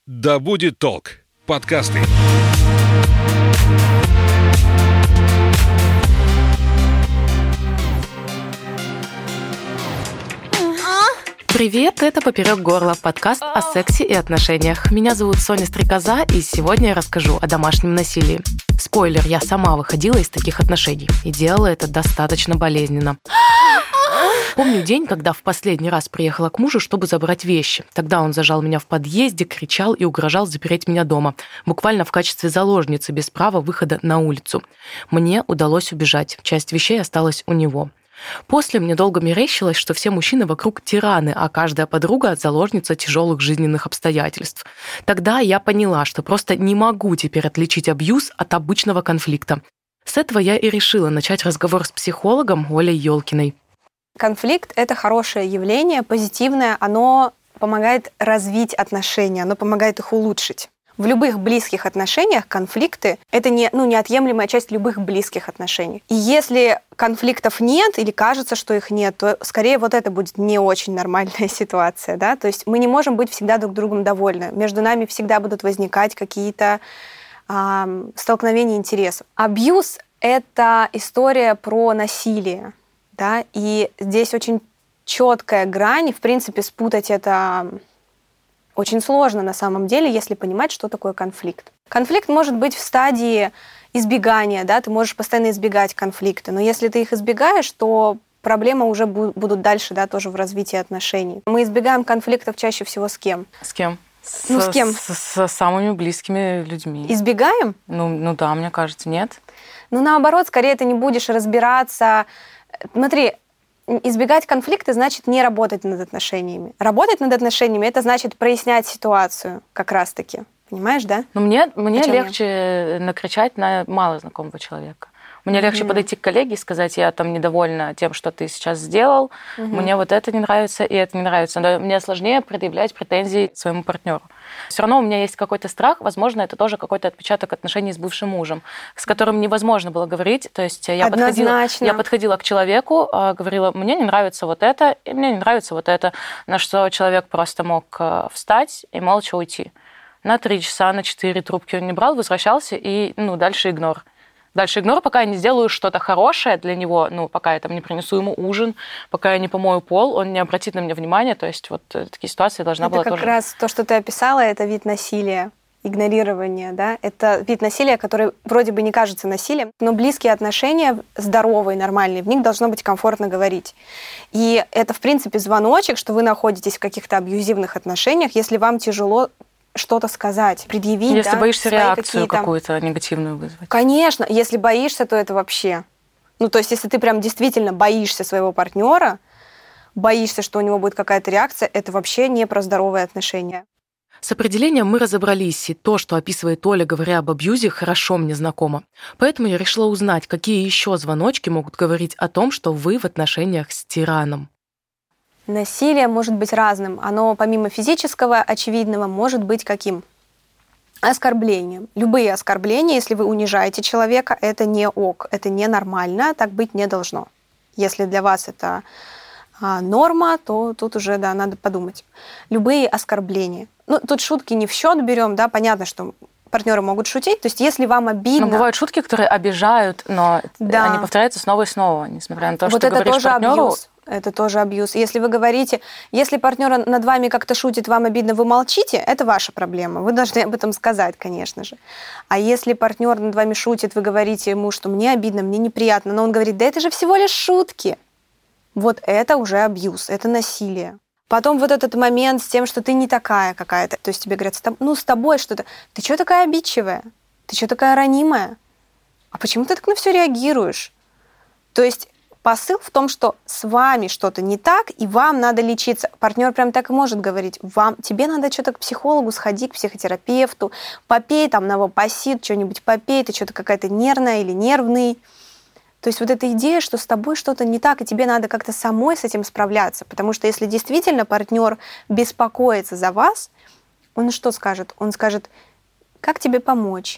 Да будет толк. Подкасты. Привет, это «Поперек горла», подкаст о сексе и отношениях. Меня зовут Соня Стрекоза, и сегодня я расскажу о домашнем насилии. Спойлер, я сама выходила из таких отношений и делала это достаточно болезненно. Помню день, когда в последний раз приехала к мужу, чтобы забрать вещи. Тогда он зажал меня в подъезде, кричал и угрожал запереть меня дома, буквально в качестве заложницы, без права выхода на улицу. Мне удалось убежать, часть вещей осталась у него. После мне долго мерещилось, что все мужчины вокруг тираны, а каждая подруга – заложница тяжелых жизненных обстоятельств. Тогда я поняла, что просто не могу теперь отличить абьюз от обычного конфликта. С этого я и решила начать разговор с психологом Олей Ёлкиной. Конфликт – это хорошее явление, позитивное, оно помогает развить отношения, оно помогает их улучшить. В любых близких отношениях конфликты – это неотъемлемая часть любых близких отношений. И если конфликтов нет или кажется, что их нет, то скорее вот это будет не очень нормальная ситуация. Да? То есть мы не можем быть всегда друг другом довольны. Между нами всегда будут возникать какие-то столкновения интересов. Абьюз – это история про насилие. Да? И здесь очень четкая грань, и, в принципе, спутать это очень сложно на самом деле, если понимать, что такое конфликт. Конфликт может быть в стадии избегания, да? Ты можешь постоянно избегать конфликта, но если ты их избегаешь, то проблемы уже будут дальше, да, тоже в развитии отношений. Мы избегаем конфликтов чаще всего с кем? С кем? С кем? С самыми близкими людьми. Избегаем? Ну да, мне кажется, нет. Наоборот, скорее ты не будешь разбираться. Смотри, избегать конфликта значит не работать над отношениями. Работать над отношениями – это значит прояснять ситуацию как раз-таки. Понимаешь, да? Но мне легче накричать на малознакомого человека. Мне легче подойти к коллеге и сказать: я там недовольна тем, что ты сейчас сделал, мне вот это не нравится и это не нравится. Но мне сложнее предъявлять претензии своему партнеру. Все равно у меня есть какой-то страх, возможно, это тоже какой-то отпечаток отношений с бывшим мужем, с которым невозможно было говорить. То есть я подходила к человеку, говорила: мне не нравится вот это, и мне не нравится вот это, на что человек просто мог встать и молча уйти. На 3 часа, на 4 трубки он не брал, возвращался, и дальше игнор. Дальше игнор, пока я не сделаю что-то хорошее для него, пока я там не принесу ему ужин, пока я не помою пол, он не обратит на меня внимания. То есть вот такие ситуации должна была тоже... Это как раз то, что ты описала, это вид насилия, игнорирование, да? Это вид насилия, который вроде бы не кажется насилием, но близкие отношения, здоровые, нормальные, в них должно быть комфортно говорить. И это, в принципе, звоночек, что вы находитесь в каких-то абьюзивных отношениях, если вам тяжело что-то сказать, предъявить. Если боишься реакцию какую-то негативную вызвать. Конечно, если боишься, то это вообще... то есть если ты прям действительно боишься своего партнера, боишься, что у него будет какая-то реакция, это вообще не про здоровые отношения. С определением мы разобрались, и то, что описывает Оля, говоря об абьюзе, хорошо мне знакомо. Поэтому я решила узнать, какие еще звоночки могут говорить о том, что вы в отношениях с тираном. Насилие может быть разным. Оно, помимо физического, очевидного, может быть каким? Оскорблением. Любые оскорбления, если вы унижаете человека, это не ок, это не нормально, так быть не должно. Если для вас это норма, то тут уже, да, надо подумать. Любые оскорбления. Тут шутки не в счет берем, да, понятно, что партнеры могут шутить, то есть если вам обидно... Но бывают шутки, которые обижают, но они повторяются снова и снова, несмотря на то, что ты говоришь партнеру. Абьюз. Это тоже абьюз. Если вы говорите, если партнер над вами как-то шутит, вам обидно, вы молчите, это ваша проблема. Вы должны об этом сказать, конечно же. А если партнер над вами шутит, вы говорите ему, что мне обидно, мне неприятно, но он говорит: да это же всего лишь шутки. Вот это уже абьюз, это насилие. Потом вот этот момент с тем, что ты не такая какая-то. То есть тебе говорят: с тобой что-то. Ты что такая обидчивая? Ты что такая ранимая? А почему ты так на все реагируешь? То есть посыл в том, что с вами что-то не так, и вам надо лечиться. Партнер прям так и может говорить: тебе надо что-то к психологу сходить, к психотерапевту, попей там новопосит, что-нибудь попей, ты что-то какая-то нервная или нервный. То есть вот эта идея, что с тобой что-то не так, и тебе надо как-то самой с этим справляться. Потому что если действительно партнер беспокоится за вас, он что скажет? Он скажет: как тебе помочь?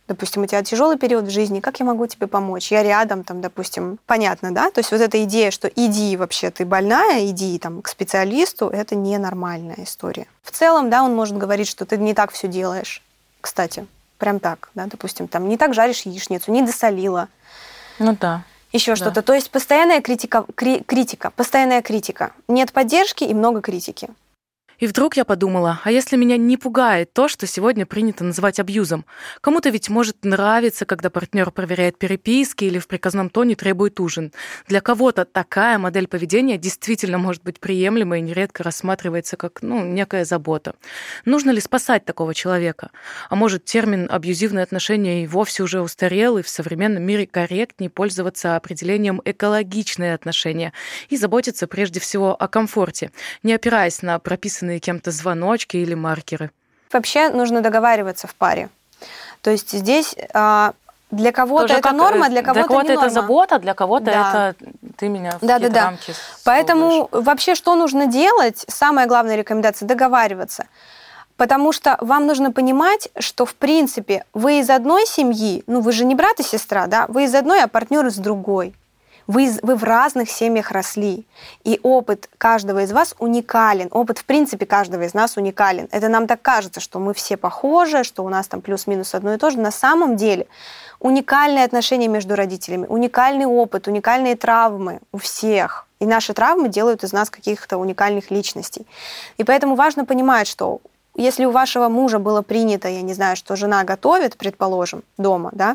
Допустим, у тебя тяжелый период в жизни, как я могу тебе помочь? Я рядом, там, допустим, понятно, да? То есть вот эта идея, что иди вообще, ты больная, иди там к специалисту, это ненормальная история. В целом, да, он может говорить, что ты не так все делаешь, кстати, прям так, да, допустим, там, не так жаришь яичницу, не досолила. Ну да. Еще что-то. То есть постоянная критика, постоянная критика. Нет поддержки и много критики. И вдруг я подумала, а если меня не пугает то, что сегодня принято называть абьюзом? Кому-то ведь может нравиться, когда партнер проверяет переписки или в приказном тоне требует ужин. Для кого-то такая модель поведения действительно может быть приемлема и нередко рассматривается как, некая забота. Нужно ли спасать такого человека? А может, термин «абьюзивные отношения» и вовсе уже устарел, и в современном мире корректнее пользоваться определением «экологичные отношения» и заботиться прежде всего о комфорте, не опираясь на прописанные кем-то звоночки или маркеры. Вообще нужно договариваться в паре. То есть здесь для кого-то тоже это норма, для кого-то не норма. Для кого-то это забота, для кого-то это ты меня в какие-то рамки. Поэтому вообще что нужно делать? Самая главная рекомендация – договариваться. Потому что вам нужно понимать, что в принципе вы из одной семьи, вы же не брат и сестра, да? Вы из одной, а партнер из другой. Вы в разных семьях росли, и опыт каждого из вас уникален. Опыт, в принципе, каждого из нас уникален. Это нам так кажется, что мы все похожи, что у нас там плюс-минус одно и то же. На самом деле уникальные отношения между родителями, уникальный опыт, уникальные травмы у всех. И наши травмы делают из нас каких-то уникальных личностей. И поэтому важно понимать, что если у вашего мужа было принято, я не знаю, что жена готовит, предположим, дома, да,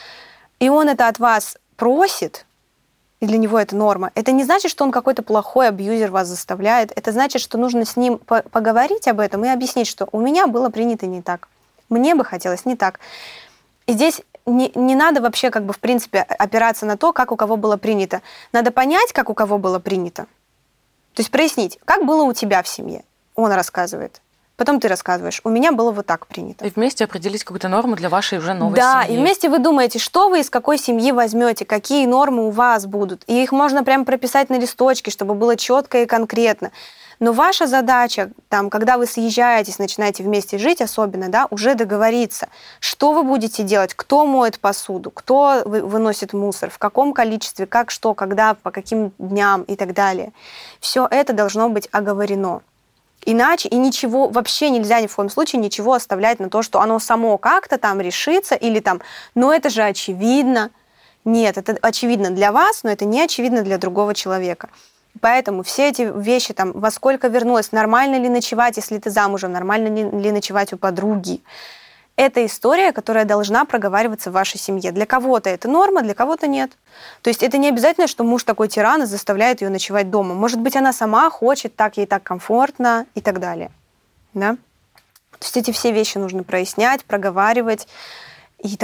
и он это от вас просит, и для него это норма. Это не значит, что он какой-то плохой абьюзер вас заставляет. Это значит, что нужно с ним поговорить об этом и объяснить, что у меня было принято не так. Мне бы хотелось не так. И здесь не надо вообще в принципе опираться на то, как у кого было принято. Надо понять, как у кого было принято. То есть прояснить, как было у тебя в семье. Он рассказывает. Потом ты рассказываешь, у меня было вот так принято. И вместе определить какую-то норму для вашей уже новой семьи. Да, и вместе вы думаете, что вы из какой семьи возьмете, какие нормы у вас будут. И их можно прям прописать на листочке, чтобы было четко и конкретно. Но ваша задача, когда вы съезжаетесь, начинаете вместе жить, особенно, да, уже договориться, что вы будете делать, кто моет посуду, кто выносит мусор, в каком количестве, как, что, когда, по каким дням и так далее. Все это должно быть оговорено. Иначе и ничего, вообще нельзя ни в коем случае ничего оставлять на то, что оно само как-то там решится, или это же очевидно. Нет, это очевидно для вас, но это не очевидно для другого человека. Поэтому все эти вещи, во сколько вернулась, нормально ли ночевать, если ты замужем, нормально ли ночевать у подруги. Это история, которая должна проговариваться в вашей семье. Для кого-то это норма, для кого-то нет. То есть это не обязательно, что муж такой тиран и заставляет ее ночевать дома. Может быть, она сама хочет, так ей так комфортно и так далее. Да? То есть эти все вещи нужно прояснять, проговаривать и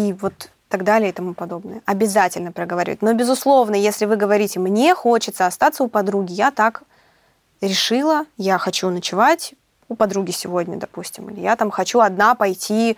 так далее и тому подобное. Обязательно проговаривать. Но, безусловно, если вы говорите, мне хочется остаться у подруги, я так решила, я хочу ночевать у подруги сегодня, допустим, или я хочу одна пойти,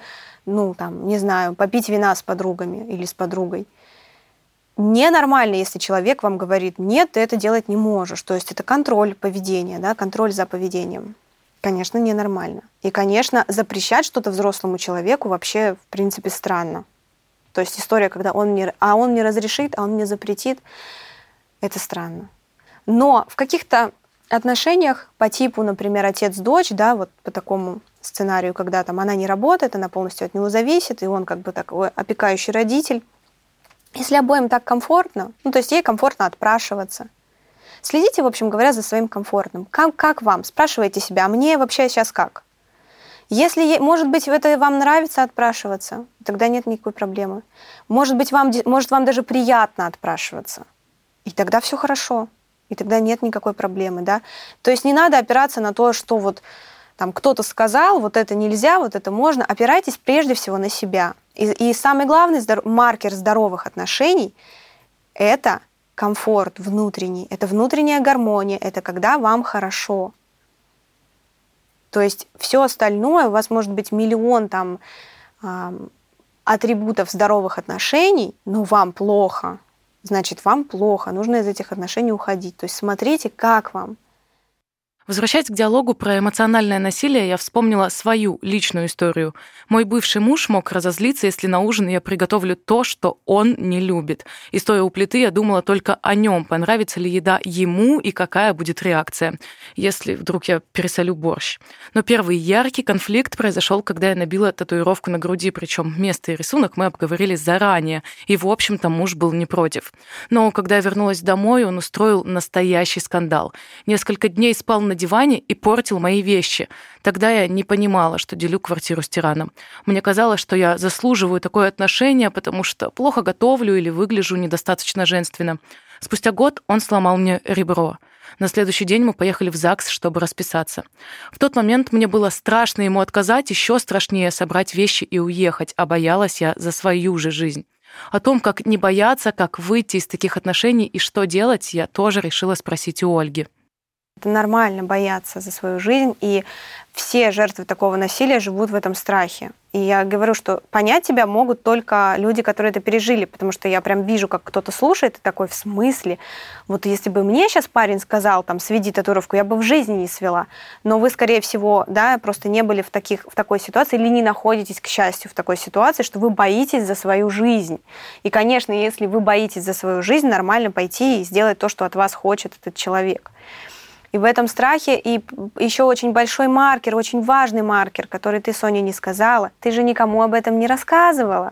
не знаю, попить вина с подругами или с подругой. Ненормально, если человек вам говорит, нет, ты это делать не можешь. То есть это контроль поведения, да, контроль за поведением. Конечно, ненормально. И, конечно, запрещать что-то взрослому человеку вообще, в принципе, странно. То есть история, когда он мне разрешит, а он мне запретит, это странно. Но в каких-то отношениях по типу, например, отец-дочь, да, вот по такому сценарию, когда она не работает, она полностью от него зависит, и он такой опекающий родитель. Если обоим так комфортно, то есть ей комфортно отпрашиваться. Следите, в общем говоря, за своим комфортом. Как вам? Спрашивайте себя, а мне вообще сейчас как? Если, может быть, это вам нравится отпрашиваться, тогда нет никакой проблемы. Может вам даже приятно отпрашиваться, и тогда все хорошо. И тогда нет никакой проблемы, да. То есть не надо опираться на то, что кто-то сказал, вот это нельзя, вот это можно. Опирайтесь прежде всего на себя. И самый главный маркер здоровых отношений – это комфорт внутренний, это внутренняя гармония, это когда вам хорошо. То есть все остальное, у вас может быть миллион атрибутов здоровых отношений, но вам плохо. Значит, вам плохо, нужно из этих отношений уходить. То есть смотрите, как вам. Возвращаясь к диалогу про эмоциональное насилие, я вспомнила свою личную историю. Мой бывший муж мог разозлиться, если на ужин я приготовлю то, что он не любит. И стоя у плиты, я думала только о нем, понравится ли еда ему и какая будет реакция, если вдруг я пересолю борщ. Но первый яркий конфликт произошел, когда я набила татуировку на груди, причем место и рисунок мы обговорили заранее, и, в общем-то, муж был не против. Но когда я вернулась домой, он устроил настоящий скандал. Несколько дней спал на диване и портил мои вещи. Тогда я не понимала, что делю квартиру с тираном. Мне казалось, что я заслуживаю такое отношение, потому что плохо готовлю или выгляжу недостаточно женственно. Спустя год он сломал мне ребро. На следующий день мы поехали в ЗАГС, чтобы расписаться. В тот момент мне было страшно ему отказать, еще страшнее собрать вещи и уехать, а боялась я за свою же жизнь. О том, как не бояться, как выйти из таких отношений и что делать, я тоже решила спросить у Ольги. Это нормально бояться за свою жизнь, и все жертвы такого насилия живут в этом страхе. И я говорю, что понять тебя могут только люди, которые это пережили, потому что я прям вижу, как кто-то слушает и такой: в смысле? Вот если бы мне сейчас парень сказал, там, сведи татуировку, я бы в жизни не свела. Но вы, скорее всего, да, просто не были в такой ситуации или не находитесь, к счастью, в такой ситуации, что вы боитесь за свою жизнь. И, конечно, если вы боитесь за свою жизнь, нормально пойти и сделать то, что от вас хочет этот человек. И в этом страхе и еще очень большой маркер, очень важный маркер, который ты, Соня, не сказала. Ты же никому об этом не рассказывала.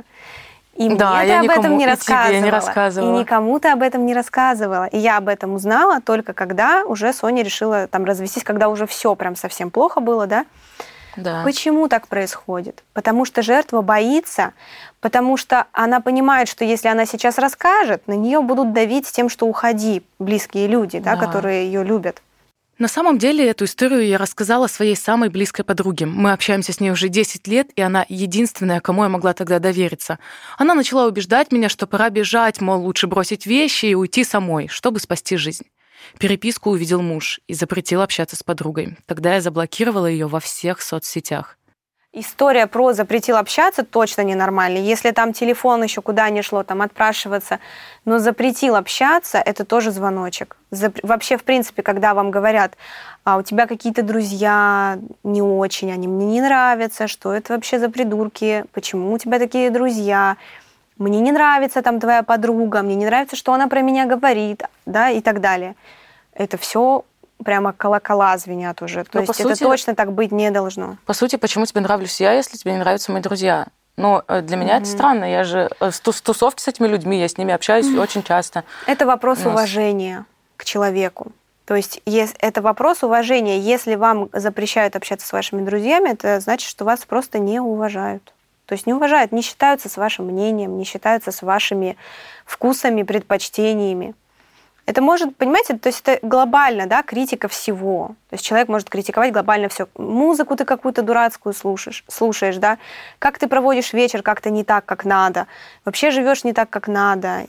И да, мне ты об этом не рассказывала. И никому ты об этом не рассказывала. И я об этом узнала только когда уже Соня решила там развестись, когда уже все прям совсем плохо было, да? Да. Почему так происходит? Потому что жертва боится, потому что она понимает, что если она сейчас расскажет, на нее будут давить тем, что уходи, близкие люди, да, которые ее любят. На самом деле, эту историю я рассказала своей самой близкой подруге. Мы общаемся с ней уже 10 лет, и она единственная, кому я могла тогда довериться. Она начала убеждать меня, что пора бежать, мол, лучше бросить вещи и уйти самой, чтобы спасти жизнь. Переписку увидел муж и запретил общаться с подругой. Тогда я заблокировала ее во всех соцсетях. История про запретил общаться точно ненормальная. Если там телефон еще куда ни шло, там отпрашиваться, но запретил общаться, это тоже звоночек. Вообще, в принципе, когда вам говорят, у тебя какие-то друзья не очень, они мне не нравятся, что это вообще за придурки, почему у тебя такие друзья, мне не нравится там твоя подруга, мне не нравится, что она про меня говорит, да, и так далее. Это все прямо колокола звенят уже. То есть это точно так быть не должно. По сути, почему тебе нравлюсь я, если тебе не нравятся мои друзья? Но для меня это странно. Я же в тусовке с этими людьми, я с ними общаюсь очень часто. Это вопрос уважения к человеку. То есть это вопрос уважения. Если вам запрещают общаться с вашими друзьями, это значит, что вас просто не уважают. То есть не уважают, не считаются с вашим мнением, не считаются с вашими вкусами, предпочтениями. Это может, понимаете, то есть это глобально, да, критика всего. То есть человек может критиковать глобально все. Музыку ты какую-то дурацкую слушаешь, да, как ты проводишь вечер как-то не так, как надо, вообще живешь не так, как надо.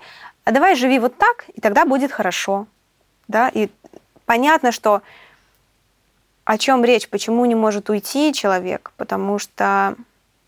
А давай живи вот так, и тогда будет хорошо. Да? И понятно, что о чем речь, почему не может уйти человек, потому что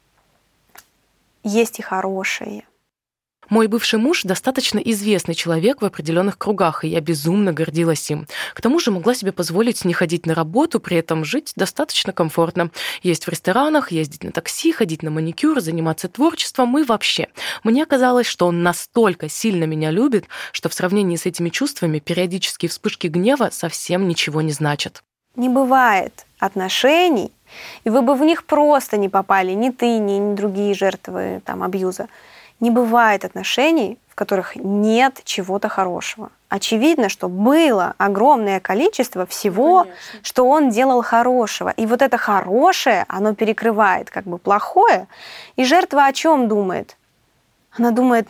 есть и хорошие. Мой бывший муж достаточно известный человек в определенных кругах, и я безумно гордилась им. К тому же могла себе позволить не ходить на работу, при этом жить достаточно комфортно. Есть в ресторанах, ездить на такси, ходить на маникюр, заниматься творчеством и вообще. Мне казалось, что он настолько сильно меня любит, что в сравнении с этими чувствами периодические вспышки гнева совсем ничего не значат. Не бывает отношений, и вы бы в них просто не попали, ни ты, ни другие жертвы там, абьюза. Не бывает отношений, в которых нет чего-то хорошего. Очевидно, что было огромное количество всего, что он делал хорошего. И вот это хорошее, оно перекрывает как бы плохое. И жертва о чем думает? Она думает,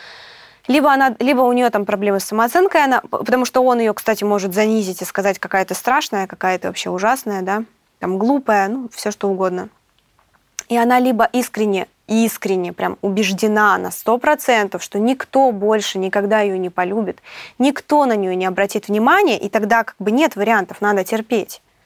либо у нее там проблемы с самооценкой, потому что он ее, кстати, может занизить и сказать какая-то страшная, какая-то вообще ужасная, да, там глупая, все что угодно. И она либо искренне прям убеждена на 100%, что никто больше никогда ее не полюбит, никто на нее не обратит внимания, и тогда как бы нет вариантов, надо терпеть.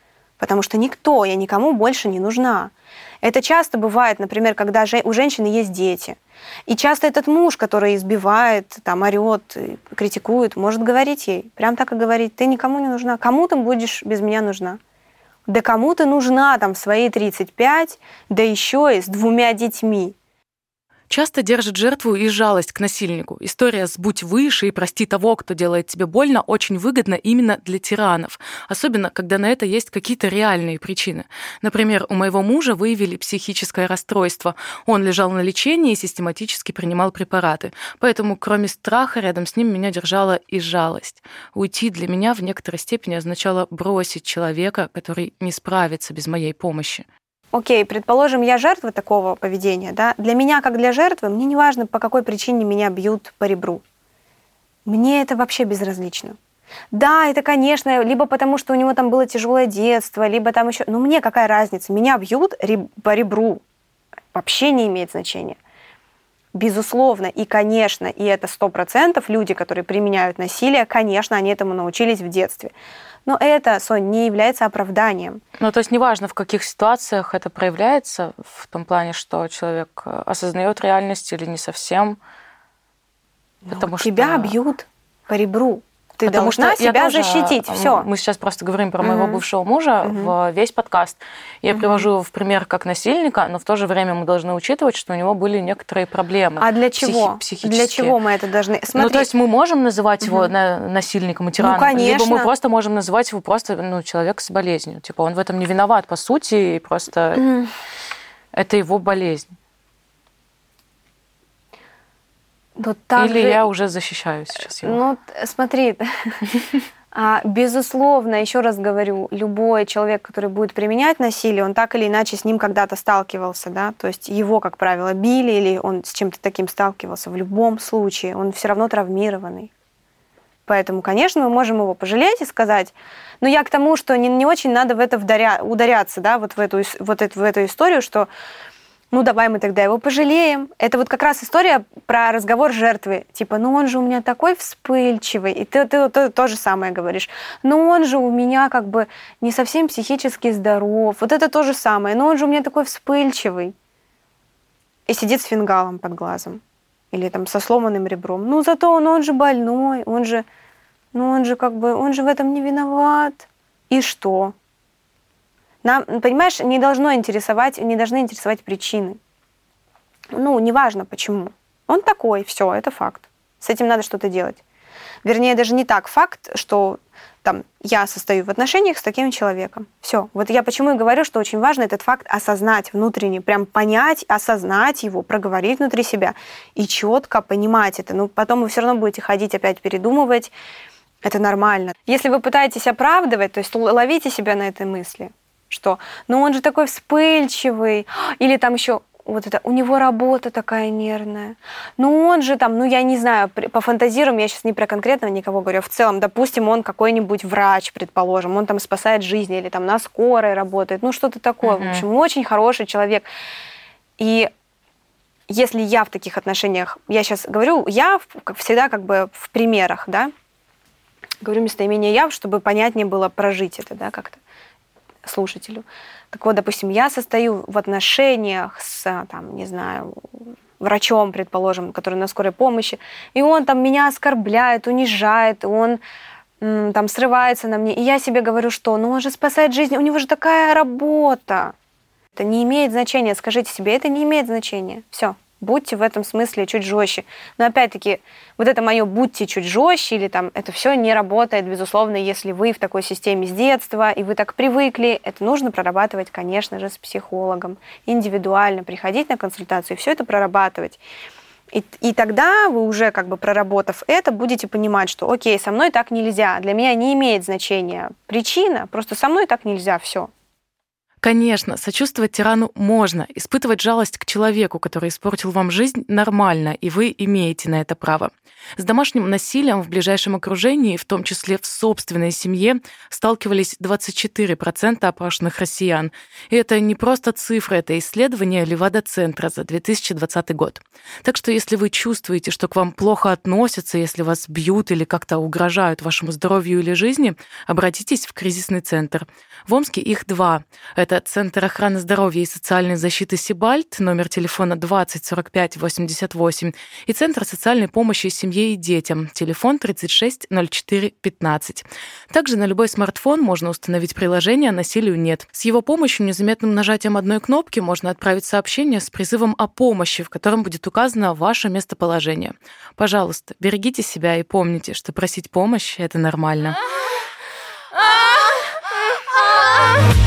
потому что я никому больше не нужна. Это часто бывает, например, когда у женщины есть дети. И часто этот муж, который избивает, там, орет, критикует, может говорить ей, прям так и говорить: ты никому не нужна, кому ты будешь без меня нужна? Да кому ты нужна там в свои 35, да еще и с 2 детьми. Часто держит жертву и жалость к насильнику. История с «будь выше и прости того, кто делает тебе больно» очень выгодна именно для тиранов, особенно когда на это есть какие-то реальные причины. Например, у моего мужа выявили психическое расстройство. Он лежал на лечении и систематически принимал препараты. Поэтому, кроме страха, рядом с ним меня держала и жалость. Уйти для меня в некоторой степени означало бросить человека, который не справится без моей помощи. Окей, предположим, я жертва такого поведения, да? Для меня, как для жертвы, мне не важно, по какой причине меня бьют по ребру. Мне это вообще безразлично. Да, это, конечно, либо потому, что у него там было тяжелое детство, либо там еще... Но мне какая разница? Меня бьют по ребру. Вообще не имеет значения. Безусловно, и, конечно, и это 100% люди, которые применяют насилие, конечно, они этому научились в детстве. Но это, Сонь, не является оправданием. Ну, то есть неважно, в каких ситуациях это проявляется, в том плане, что человек осознает реальность или не совсем. Потому что тебя бьют по ребру. Ты должна себя защитить. Все. Мы сейчас просто говорим про моего бывшего мужа в весь подкаст. Я привожу его в пример как насильника, но в то же время мы должны учитывать, что у него были некоторые проблемы. А для чего? Психические. Для чего мы это должны? Смотри. Ну, то есть мы можем называть его насильником и тираном, конечно. либо мы просто можем называть его просто человек с болезнью. Типа он в этом не виноват, по сути, и просто это его болезнь. Или я уже защищаю сейчас его? Ну, смотри, безусловно, еще раз говорю, любой человек, который будет применять насилие, он так или иначе с ним когда-то сталкивался, да, то есть его, как правило, били, или он с чем-то таким сталкивался. В любом случае, он все равно травмированный. Поэтому, конечно, мы можем его пожалеть и сказать, но я к тому, что не очень надо в это ударяться, да, в эту историю, что ну, давай мы тогда его пожалеем. Это вот как раз история про разговор жертвы. Типа, ну он же у меня такой вспыльчивый. И ты то же самое говоришь. Ну он же у меня как бы не совсем психически здоров. Вот это то же самое. Но он же у меня такой вспыльчивый. И сидит с фингалом под глазом. Или там со сломанным ребром. Ну зато он же больной. Он же в этом не виноват. И что? Нам, понимаешь, не должны интересовать причины. Ну, неважно почему. Он такой, все, это факт. С этим надо что-то делать. Вернее, даже не так факт, что там, я состою в отношениях с таким человеком. Все. Вот я почему и говорю, что очень важно этот факт осознать внутренне, прям понять, осознать его, проговорить внутри себя и четко понимать это. Ну, потом вы все равно будете ходить опять передумывать. Это нормально. Если вы пытаетесь оправдывать, то есть ловите себя на этой мысли, что ну он же такой вспыльчивый, или там еще вот это, у него работа такая нервная, ну он же там, ну я не знаю, пофантазируем, я сейчас не про конкретного никого говорю, а в целом, допустим, он какой-нибудь врач, предположим, он там спасает жизни, или там на скорой работает, ну что-то такое, в общем, очень хороший человек. И если я в таких отношениях, я сейчас говорю, я как всегда как бы в примерах, да, говорю местоимение «я», чтобы понятнее было прожить это, да, как-то слушателю. Так вот, допустим, я состою в отношениях с, там, не знаю, врачом, предположим, который на скорой помощи, и он там меня оскорбляет, унижает, он там срывается на мне, и я себе говорю, что ну он же спасает жизнь, у него же такая работа. Это не имеет значения, скажите себе, это не имеет значения. Все. Будьте в этом смысле чуть жестче. Но опять-таки, вот это мое «будьте чуть жестче» или там это все не работает, безусловно, если вы в такой системе с детства, и вы так привыкли. Это нужно прорабатывать, конечно же, с психологом, индивидуально приходить на консультацию и все это прорабатывать. И тогда вы уже, как бы проработав это, будете понимать, что окей, со мной так нельзя, для меня не имеет значения причина, просто со мной так нельзя, все. Конечно, сочувствовать тирану можно. Испытывать жалость к человеку, который испортил вам жизнь, нормально, и вы имеете на это право. С домашним насилием в ближайшем окружении, в том числе в собственной семье, сталкивались 24% опрошенных россиян. И это не просто цифры, это исследование Левада-центра за 2020 год. Так что если вы чувствуете, что к вам плохо относятся, если вас бьют или как-то угрожают вашему здоровью или жизни, обратитесь в кризисный центр. В Омске их 2. Это Центр охраны здоровья и социальной защиты Сибальт, номер телефона 20 45 88, и Центр социальной помощи семье и детям, телефон 36 04 15. Также на любой смартфон можно установить приложение «Насилию нет». С его помощью незаметным нажатием одной кнопки можно отправить сообщение с призывом о помощи, в котором будет указано ваше местоположение. Пожалуйста, берегите себя и помните, что просить помощи — это нормально.